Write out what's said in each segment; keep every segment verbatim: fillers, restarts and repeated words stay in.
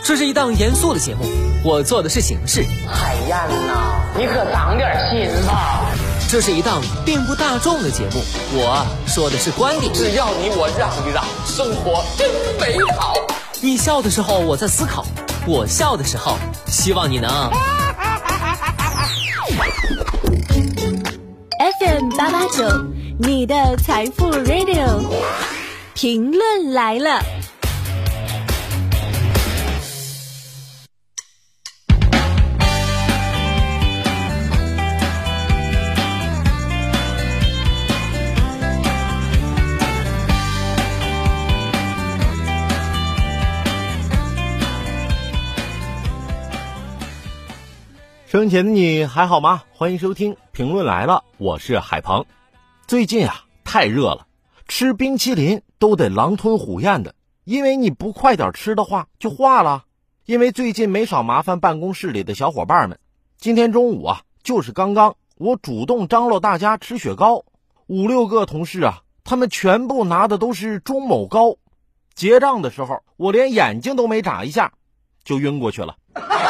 这是一档严肃的节目，我做的是形式。 海燕呐，你可长点心吧。 这是一档并不大众的节目，我说的是观点。 只要你我让一让，生活真美好。 你笑的时候我在思考，我笑的时候希望你能 F M 八八九，你的财富 Radio， 评论来了。 生前的你还好吗？欢迎收听评论来了，我是海鹏。最近啊太热了，吃冰淇淋都得狼吞虎咽的，因为你不快点吃的话就化了。因为最近没少麻烦办公室里的小伙伴们。今天中午啊，就是刚刚我主动张罗大家吃雪糕，五六个同事啊，他们全部拿的都是中某糕。结账的时候，我连眼睛都没眨一下就晕过去了。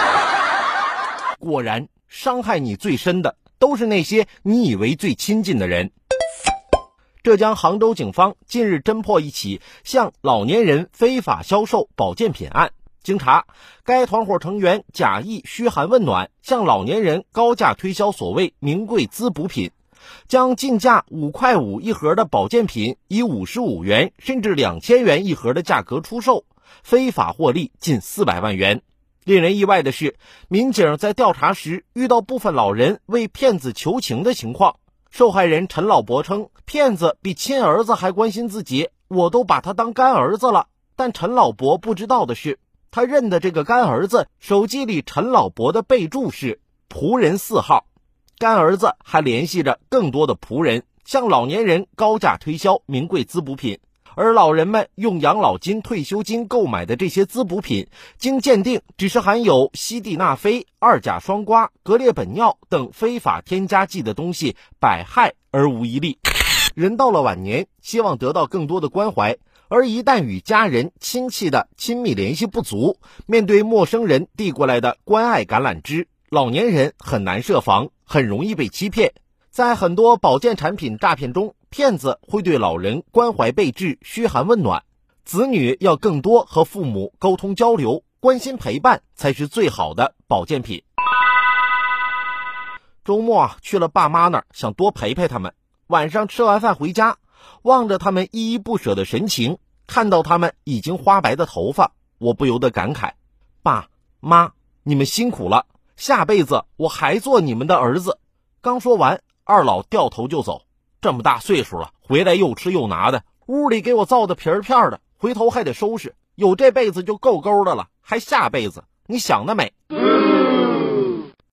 果然伤害你最深的都是那些你以为最亲近的人。浙江杭州警方近日侦破一起向老年人非法销售保健品案，经查，该团伙成员假意嘘寒问暖，向老年人高价推销所谓名贵滋补品，将进价五块五一盒的保健品以五十五元甚至两千元一盒的价格出售，非法获利近四百万元。令人意外的是，民警在调查时遇到部分老人为骗子求情的情况。受害人陈老伯称，骗子比亲儿子还关心自己，我都把他当干儿子了。但陈老伯不知道的是，他认的这个干儿子手机里陈老伯的备注是仆人四号。干儿子还联系着更多的仆人，向老年人高价推销名贵滋补品。而老人们用养老金、退休金购买的这些滋补品，经鉴定只是含有西地那非、二甲双胍、格列本脲等非法添加剂的东西，百害而无一利。人到了晚年，希望得到更多的关怀，而一旦与家人、亲戚的亲密联系不足，面对陌生人递过来的关爱橄榄枝，老年人很难设防，很容易被欺骗。在很多保健产品诈骗中，骗子会对老人关怀备至、嘘寒问暖。子女要更多和父母沟通交流，关心陪伴才是最好的保健品。周末啊，去了爸妈那儿，想多陪陪他们。晚上吃完饭回家，望着他们依依不舍的神情，看到他们已经花白的头发，我不由得感慨：爸妈，你们辛苦了，下辈子我还做你们的儿子。刚说完，二老掉头就走。这么大岁数了，回来又吃又拿的，屋里给我造的皮儿片的，回头还得收拾，有这辈子就够够的了，还下辈子，你想得美。